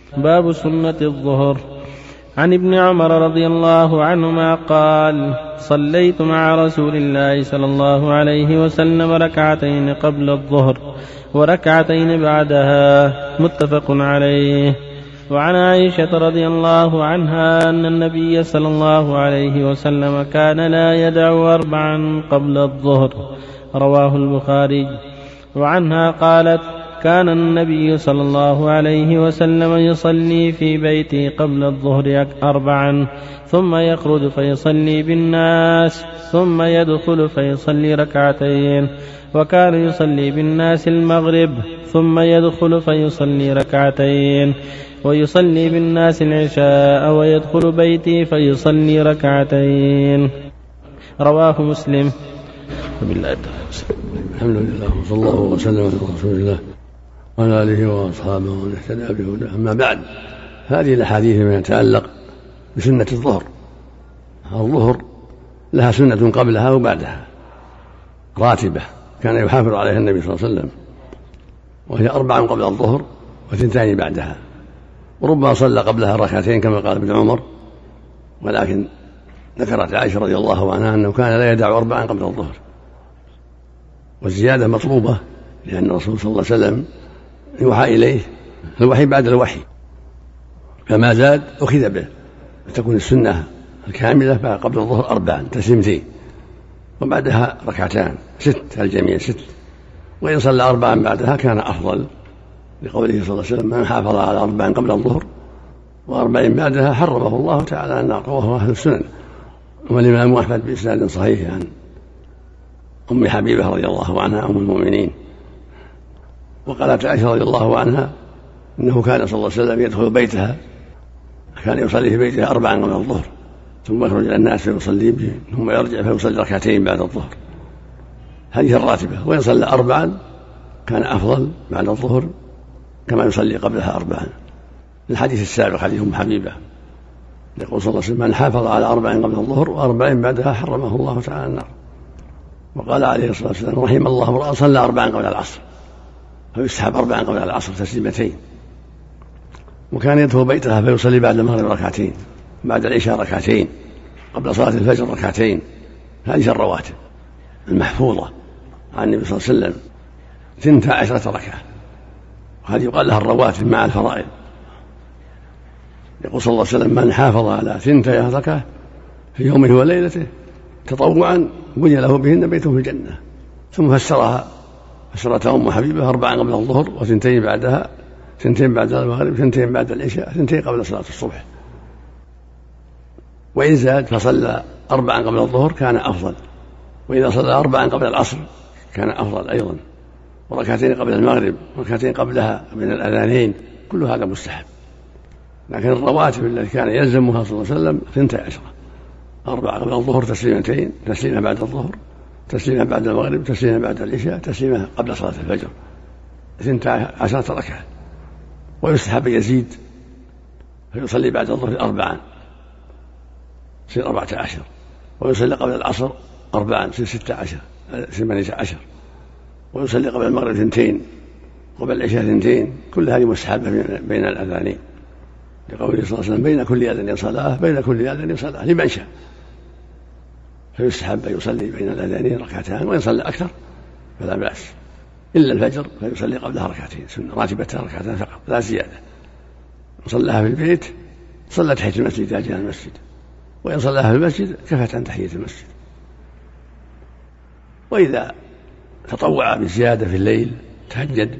باب سنة الظهر. عن ابن عمر رضي الله عنهما قال: صليت مع رسول الله صلى الله عليه وسلم ركعتين قبل الظهر وركعتين بعدها، متفق عليه. وعن عائشة رضي الله عنها أن النبي صلى الله عليه وسلم كان لا يدع 4 قبل الظهر، رواه البخاري. وعنها قالت: كان النبي صلى الله عليه وسلم يصلي في بيته قبل الظهر 4 ثم يخرج فيصلي بالناس ثم يدخل فيصلي 2 وكان يصلي بالناس المغرب ثم يدخل فيصلي 2 ويصلي بالناس العشاء ويدخل بيتي فيصلي 2. رواه مسلم. الحمد لله وصلى الله وسلم على رسول الله وعلى آله وأصحابه ومن اهتدى بهداه. أما بعد، هذه الأحاديث ما يتعلق بسنة الظهر. الظهر لها سنة قبلها وبعدها راتبة كان يحافظ عليها النبي صلى الله عليه وسلم، وهي 4 قبل الظهر و2 بعدها، وربما صلى قبلها 2 كما قال ابن عمر، ولكن ذكرت عائشة رضي الله عنها أنه كان لا يدع 4 قبل الظهر، والزيادة مطلوبة لأن الرسول صلى الله عليه وسلم يوحى إليه الوحي بعد الوحي، فما زاد أخذ به، فتكون السنة الكاملة قبل الظهر 4 تسليمتين وبعدها 2 6 الجميع 6، وإن صلى 4 بعدها كان أفضل، لقوله صلى الله عليه وسلم: من حافظ على 4 قبل الظهر و40 بعدها حرمه الله تعالى النار، رواه أهل السنن. والإمام أحمد بإسناد صحيح عن أم حبيبة رضي الله عنها أم المؤمنين، وقالت عائشة رضي الله عنها إنه كان صلى الله عليه وسلم يدخل بيتها، كان يصلي في بيتها 4 قبل الظهر ثم يخرج إلى الناس فيصلي به ثم يرجع فيصلي 2 بعد الظهر. هذه الراتبة، وإن صلى 4 كان أفضل بعد الظهر كما يصلي قبلها 4. الحديث السابق حديث أم حبيبة يقول صلى الله عليه وسلم: من حافظ على 4 قبل الظهر و40 بعدها حرمه الله تعالى النار. وقال عليه الصلاة والسلام: رحم الله امرأ صلى 4 قبل العصر، فيستحب 4 قبل العصر تسليمتين. وكان يدخل بيتها فيصلي بعد المغرب 2 بعد العشاء 2 قبل صلاة الفجر 2. هذه الرواتب المحفوظة عن النبي صلى الله عليه وسلم 12 ركعة، وهذه يقال لها الرواتب مع الفرائض. يقول صلى الله عليه وسلم: من حافظ على 12 ركعة في يومه وليلته تطوعا بني له بهن بيته في الجنة. ثم فسرتها أم حبيبة 4 قبل الظهر و2 بعدها، 2 بعد المغرب، 2 بعد العشاء، 2 قبل صلاة الصبح. وإن زاد فصلى 4 قبل الظهر كان أفضل، وإذا صلى 4 قبل العصر كان أفضل أيضا، و2 قبل المغرب و2 قبلها من الأذانين، كل هذا مستحب. لكن الرواتب التي كان يلزمها صلى الله عليه وسلم 12: 4 قبل الظهر تسليمتين، تسليمة بعد الظهر، تسليمة بعد المغرب، تسليمة بعد العشاء، تسليمة قبل صلاة الفجر، 12 ركعة. ويستحب يزيد فيصلي بعد الظهر 4 يصير 14، ويصلي قبل العصر 4 يصير 16 18، ويصلي قبل المغرب 2 قبل العشاء 2. كل هذه مستحبة بين الأذانين، لقوله صلى الله عليه وسلم: بين كل أذان صلاة بين كل أذان صلاة، لمن شاء. فيستحب أن يصلي بين الأذانين 2، وإن صلى أكثر فلا بأس، إلا الفجر فيصلي قبلها 2 سنة راتبتها 2 فقط لا زيادة. صلىها في البيت صلى تحية المسجد إذا جاء المسجد، وإن صلىها في المسجد كفت عن تحية المسجد. وإذا تطوع بزيادة في الليل تهجد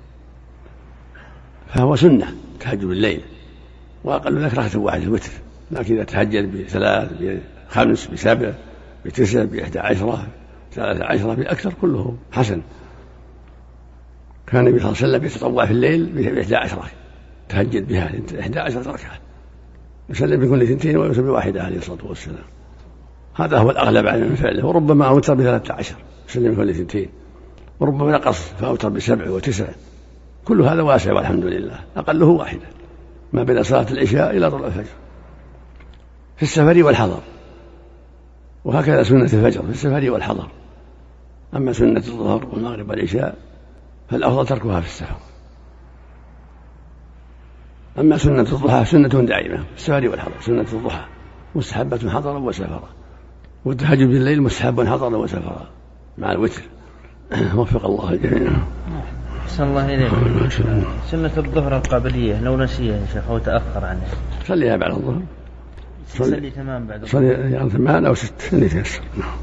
فهو سنة تهجد بالليل، وأقل لك 1 الوتر. لكن إذا تهجد ب3 ب5 ب7 ب9 ب11 13 بأكثر كله حسن. كان النبي صلى الله عليه وسلم يتطوع في الليل ب11 تهجد بها 11 ركعة، يسلم بكل 2 ويسلم ب1 عليه الصلاة والسلام. هذا هو الأغلب على من فعله. وربما أوتر ب13 يسلم بكل 2، وربما نقص فأوتر ب7 و9. كل هذا واسع والحمد لله. أقله 1 ما بين صلاة العشاء إلى طلوع الفجر في السفر والحضر، وهكذا سنة الفجر في السفر والحضر. أما سنة الظهر والمغرب والعشاء فالأفضل تركها في السفر. أما سنة الضحى سنة دائمة في السفر والحضر، سنة الضحى مستحبة حضرا وسفرا، والتهجد بالليل مستحب حضرا وسفرا مع الوتر. وفق الله الجميع. أحسن الله إليك. سنة الظهر القبلية لو نسيها يا شيخ أو تأخر عنها صليها بعد الظهر، صلي تمام بعد الظهر، صلي يعني 8 أو 6 اللي تيسر.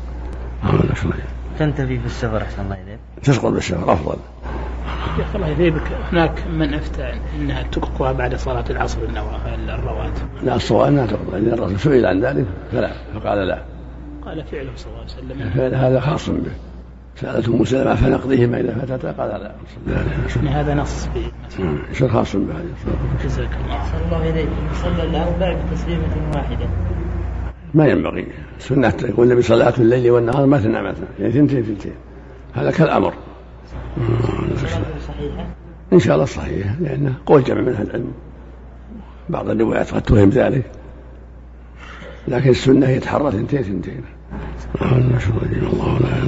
تنتفي في السفر. أحسن الله إليك. تسقط بالسفر أفضل. يا الله يذيبك، هناك من أفتى أنها تقضى بعد صلاة العصر الرواتب. لا، الصواب أنها تقضى، لأن الرسول سئل عن ذلك فلا، فقال لا. قال فعله صلى الله عليه وسلم فعل هذا خاص به. سألته أم سلمة فنقضيهما إذا فاتتا، قال لا. هذا نص يصير خاص به. جزاك الله. أحسن الله إليك. صلى الأربع بتسليمة واحدة ما ينبغي. سنة يقول النبي صلاة الليل والنهار مثنى مثنى، يعني ثنتين، هذا كالأمر. صحيحة إن شاء الله صحيح، لأنه قول جمع من أهل العلم، بعض الروايات قد توهم ذلك، لكن السنة يتحرى ثنتين. الله لا